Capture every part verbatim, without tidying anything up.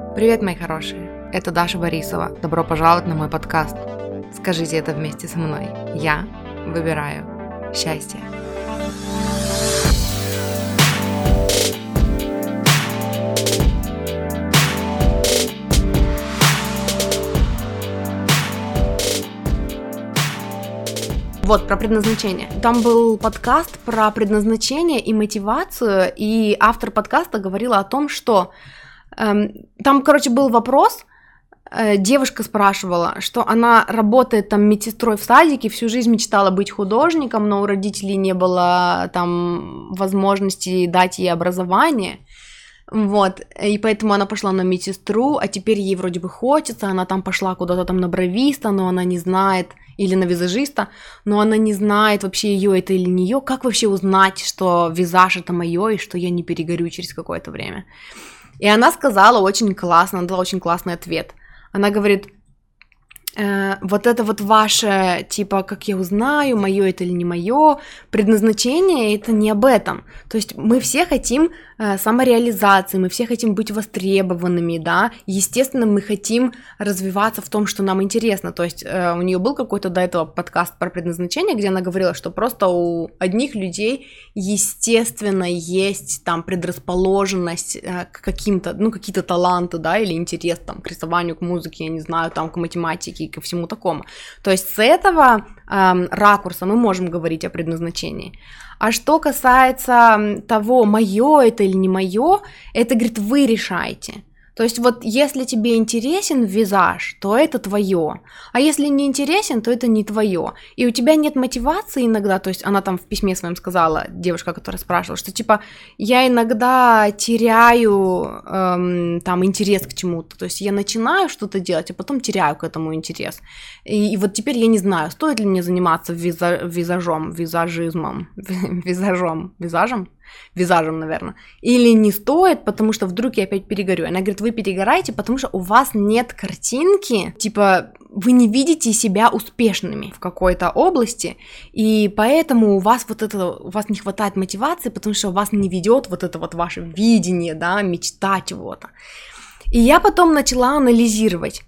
Привет, мои хорошие! Это Даша Борисова. Добро пожаловать на мой подкаст. Скажите это вместе со мной. Я выбираю счастье. Вот, про предназначение. Там был подкаст про предназначение и мотивацию, и автор подкаста говорила о том, что эм, там, короче, был вопрос, э, девушка спрашивала, что она работает там медсестрой в садике, всю жизнь мечтала быть художником, но у родителей не было там возможности дать ей образование. Вот, и поэтому она пошла на медсестру, а теперь ей вроде бы хочется, она там пошла куда-то там на бровиста, но она не знает, или на визажиста, но она не знает, вообще ее это или не ее, как вообще узнать, что визаж это мое, и что я не перегорю через какое-то время. И она сказала очень классно, она дала очень классный ответ. Она говорит, э, вот это вот ваше, типа, как я узнаю, мое это или не мое, предназначение это не об этом. То есть мы все хотим э, самореализации, мы все хотим быть востребованными, да, естественно, мы хотим развиваться в том, что нам интересно. То есть э, у нее был какой-то до этого подкаст про предназначение, где она говорила, что просто у одних людей естественно есть там предрасположенность э, к каким-то, ну, какие-то таланты, да, или интерес там к рисованию, к музыке, я не знаю, там, к математике и ко всему такому. То есть с этого э, ракурса мы можем говорить о предназначении. А что касается того, мое это или не мое, это, говорит, вы решаете. То есть вот если тебе интересен визаж, то это твое, а если не интересен, то это не твое. И у тебя нет мотивации иногда, то есть она там в письме своем сказала, девушка, которая спрашивала, что типа я иногда теряю эм, там интерес к чему-то, то есть я начинаю что-то делать, а потом теряю к этому интерес. И, и вот теперь я не знаю, стоит ли мне заниматься виза, визажом, визажизмом, визажом, визажем? визажем, наверное, или не стоит, потому что вдруг я опять перегорю. Она говорит, вы перегораете, потому что у вас нет картинки, типа, вы не видите себя успешными в какой-то области, и поэтому у вас вот это, у вас не хватает мотивации, потому что у вас не ведет вот это вот ваше видение, да, мечта чего-то. И я потом начала анализировать,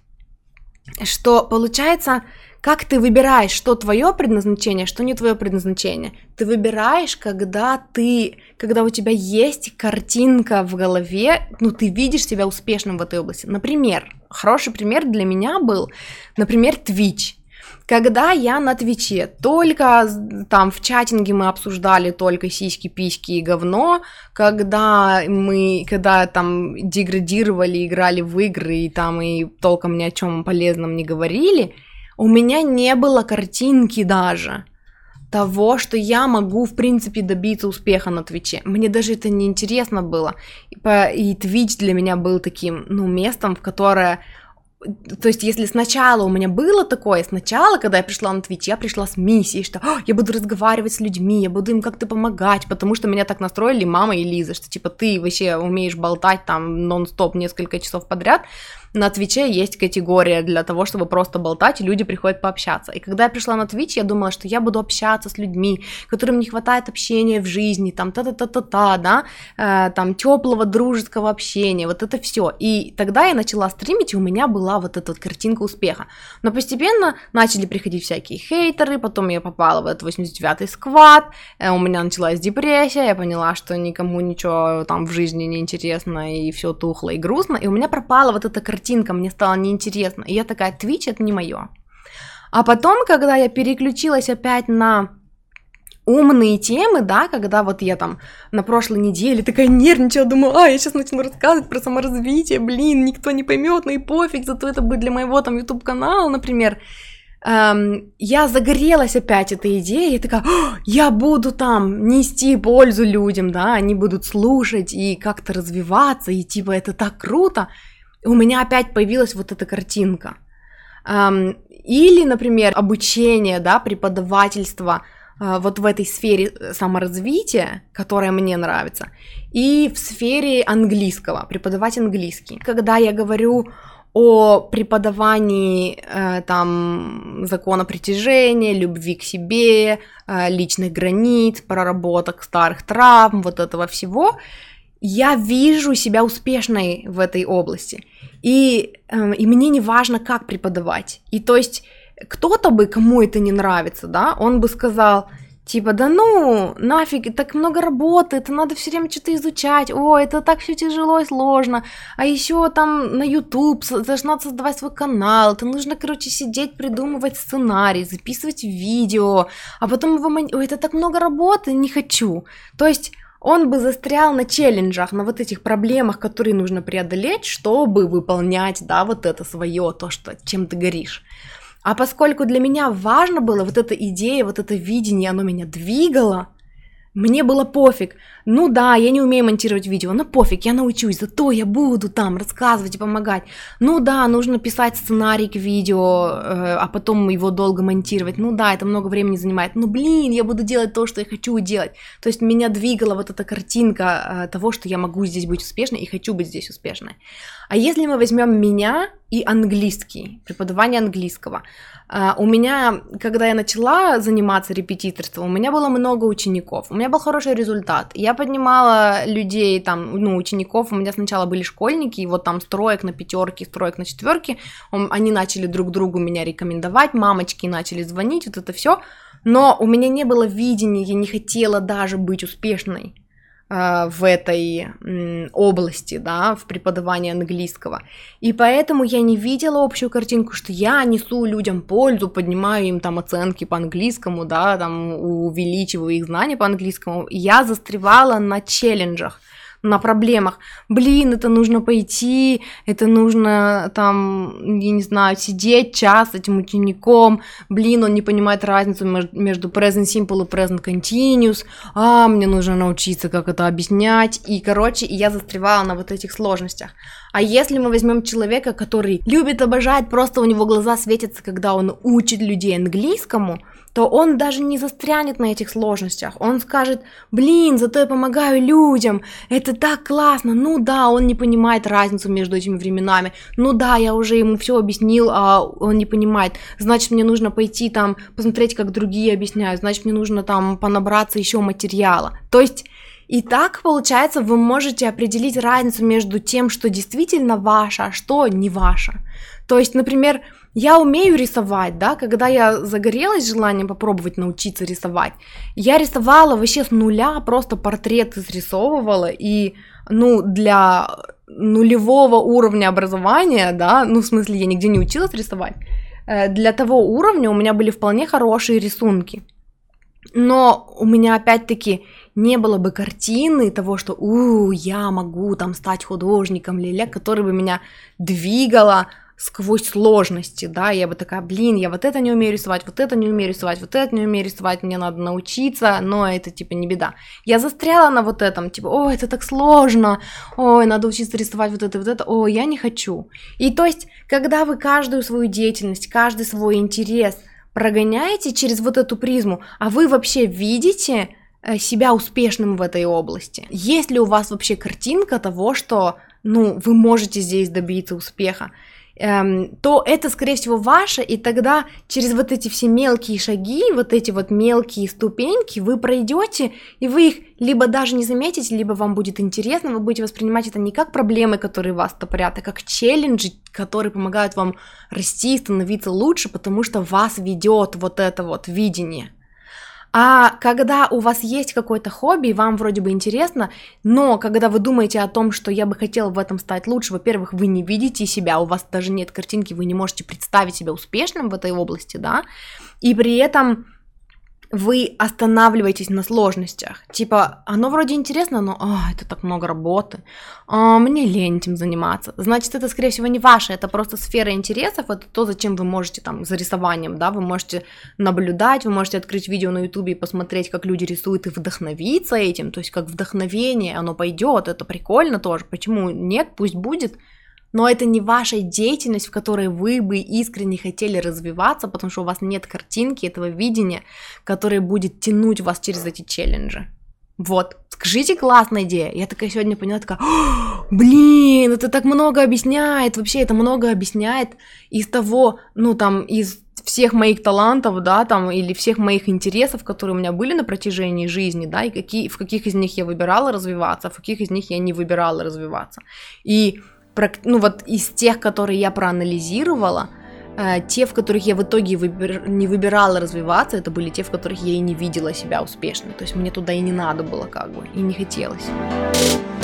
что получается, как ты выбираешь, что твое предназначение, что не твое предназначение. Ты выбираешь, когда ты, когда у тебя есть картинка в голове, ну, ты видишь себя успешным в этой области. Например, хороший пример для меня был, например, Twitch. Когда я на Твиче, только там в чатинге мы обсуждали только сиськи, письки и говно, когда мы, когда там деградировали, играли в игры и там и толком ни о чем полезном не говорили, у меня не было картинки даже того, что я могу, в принципе, добиться успеха на Твиче. Мне даже это не интересно было. И Твич для меня был таким, ну, местом, в которое... То есть, если сначала у меня было такое, сначала, когда я пришла на Твич, я пришла с миссией, что я буду разговаривать с людьми, я буду им как-то помогать, потому что меня так настроили мама и Лиза, что, типа, ты вообще умеешь болтать там нон-стоп несколько часов подряд. На Твиче есть категория для того, чтобы просто болтать, и люди приходят пообщаться. И когда я пришла на Твич, я думала, что я буду общаться с людьми, которым не хватает общения в жизни, там та-та-та-та-та, да, э, там теплого дружеского общения, вот это все. И тогда я начала стримить, и у меня была вот эта вот картинка успеха. Но постепенно начали приходить всякие хейтеры, потом я попала в этот восемьдесят девятый сквад, э, у меня началась депрессия, я поняла, что никому ничего там в жизни не интересно, и все тухло и грустно, и у меня пропала вот эта картинка. Картинка, мне стало неинтересно. И я такая, Twitch это не мое. А потом, когда я переключилась опять на умные темы, да, когда вот я там на прошлой неделе такая нервничала, думаю, а, я сейчас начну рассказывать про саморазвитие, блин, никто не поймет, ну и пофиг, зато это будет для моего там YouTube-канала, например. Эм, я загорелась опять этой идеей, я такая, я буду там нести пользу людям, да, они будут слушать и как-то развиваться, и типа это так круто. У меня опять появилась вот эта картинка. Или, например, обучение, да, преподавательство вот в этой сфере саморазвития, которая мне нравится, и в сфере английского, преподавать английский. Когда я говорю о преподавании там закона притяжения, любви к себе, личных границ, проработок старых травм, вот этого всего, я вижу себя успешной в этой области, и, э, и мне не важно, как преподавать. И то есть кто-то бы, кому это не нравится, да, он бы сказал, типа, да ну, нафиг, так много работы, это надо все время что-то изучать, о, это так все тяжело и сложно, а еще там на YouTube должна создавать свой канал, это нужно, короче, сидеть, придумывать сценарий, записывать видео, а потом его, мон... ой, это так много работы, не хочу. То есть он бы застрял на челленджах, на вот этих проблемах, которые нужно преодолеть, чтобы выполнять, да, вот это свое, то, что, чем ты горишь. А поскольку для меня важно было вот эта идея, вот это видение, оно меня двигало, мне было пофиг. Ну да, я не умею монтировать видео, но пофиг, я научусь, зато я буду там рассказывать и помогать. Ну да, нужно писать сценарий к видео, э, а потом его долго монтировать. Ну да, это много времени занимает. Ну блин, я буду делать то, что я хочу делать. То есть меня двигала вот эта картинка э, того, что я могу здесь быть успешной и хочу быть здесь успешной. А если мы возьмем меня и английский, преподавание английского, Uh, у меня, когда я начала заниматься репетиторством, у меня было много учеников, у меня был хороший результат. Я поднимала людей, там, ну, учеников, у меня сначала были школьники, и вот там с троек на пятерки, с троек на четверки, они начали друг другу меня рекомендовать, мамочки начали звонить, вот это все. Но у меня не было видения, я не хотела даже быть успешной в этой области, да, в преподавании английского. И поэтому я не видела общую картинку, что я несу людям пользу, поднимаю им там оценки по английскому, да, там увеличиваю их знания по английскому. Я застревала на челленджах, на проблемах. Блин, это нужно пойти, это нужно там, я не знаю, сидеть час с этим учеником, блин, он не понимает разницу между present simple и present continuous, а, мне нужно научиться, как это объяснять, и, короче, я застревала на вот этих сложностях. А если мы возьмем человека, который любит, обожает, просто у него глаза светятся, когда он учит людей английскому, то он даже не застрянет на этих сложностях. Он скажет, блин, зато я помогаю людям, это так классно. Ну да, он не понимает разницу между этими временами. Ну да, я уже ему все объяснил, а он не понимает. Значит, мне нужно пойти там посмотреть, как другие объясняют. Значит, мне нужно там понабраться еще материала. То есть и так, получается, вы можете определить разницу между тем, что действительно ваше, а что не ваше. То есть, например, я умею рисовать, да, когда я загорелась желанием попробовать научиться рисовать, я рисовала вообще с нуля, просто портреты срисовывала, и, ну, для нулевого уровня образования, да, ну, в смысле, я нигде не училась рисовать, для того уровня у меня были вполне хорошие рисунки. Но у меня опять-таки не было бы картины того, что у я могу там стать художником, ля-ля, который бы меня двигала сквозь сложности, да, я бы такая, блин, я вот это не умею рисовать, вот это не умею рисовать, вот это не умею рисовать, мне надо научиться, но это типа не беда. Я застряла на вот этом, типа, ой, это так сложно, ой, надо учиться рисовать вот это, вот это, ой, я не хочу. И то есть, когда вы каждую свою деятельность, каждый свой интерес прогоняете через вот эту призму, а вы вообще видите себя успешным в этой области? Есть ли у вас вообще картинка того, что, ну, вы можете здесь добиться успеха? Эм, то это, скорее всего, ваше, и тогда через вот эти все мелкие шаги, вот эти вот мелкие ступеньки вы пройдете, и вы их либо даже не заметите, либо вам будет интересно, вы будете воспринимать это не как проблемы, которые вас топорят, а как челленджи, которые помогают вам расти и становиться лучше, потому что вас ведет вот это вот видение. А когда у вас есть какое-то хобби, и вам вроде бы интересно, но когда вы думаете о том, что я бы хотела в этом стать лучше, во-первых, вы не видите себя, у вас даже нет картинки, вы не можете представить себя успешным в этой области, да, и при этом вы останавливаетесь на сложностях, типа, оно вроде интересно, но а, это так много работы, а, мне лень этим заниматься, значит, это, скорее всего, не ваше, это просто сфера интересов, это то, зачем вы можете там за рисованием, да, вы можете наблюдать, вы можете открыть видео на ютубе и посмотреть, как люди рисуют и вдохновиться этим, то есть как вдохновение, оно пойдет, это прикольно тоже, почему нет, пусть будет. Но это не ваша деятельность, в которой вы бы искренне хотели развиваться, потому что у вас нет картинки, этого видения, которое будет тянуть вас через эти челленджи. Вот, скажите, классная идея. Я такая сегодня поняла, такая, блин, это так много объясняет, вообще это много объясняет из того, ну, там, из всех моих талантов, да, там, или всех моих интересов, которые у меня были на протяжении жизни, да, и какие, в каких из них я выбирала развиваться, в каких из них я не выбирала развиваться. И, ну, вот из тех, которые я проанализировала, э, те, в которых я в итоге выбир... не выбирала развиваться, это были те, в которых я и не видела себя успешной, то есть мне туда и не надо было, как бы, и не хотелось.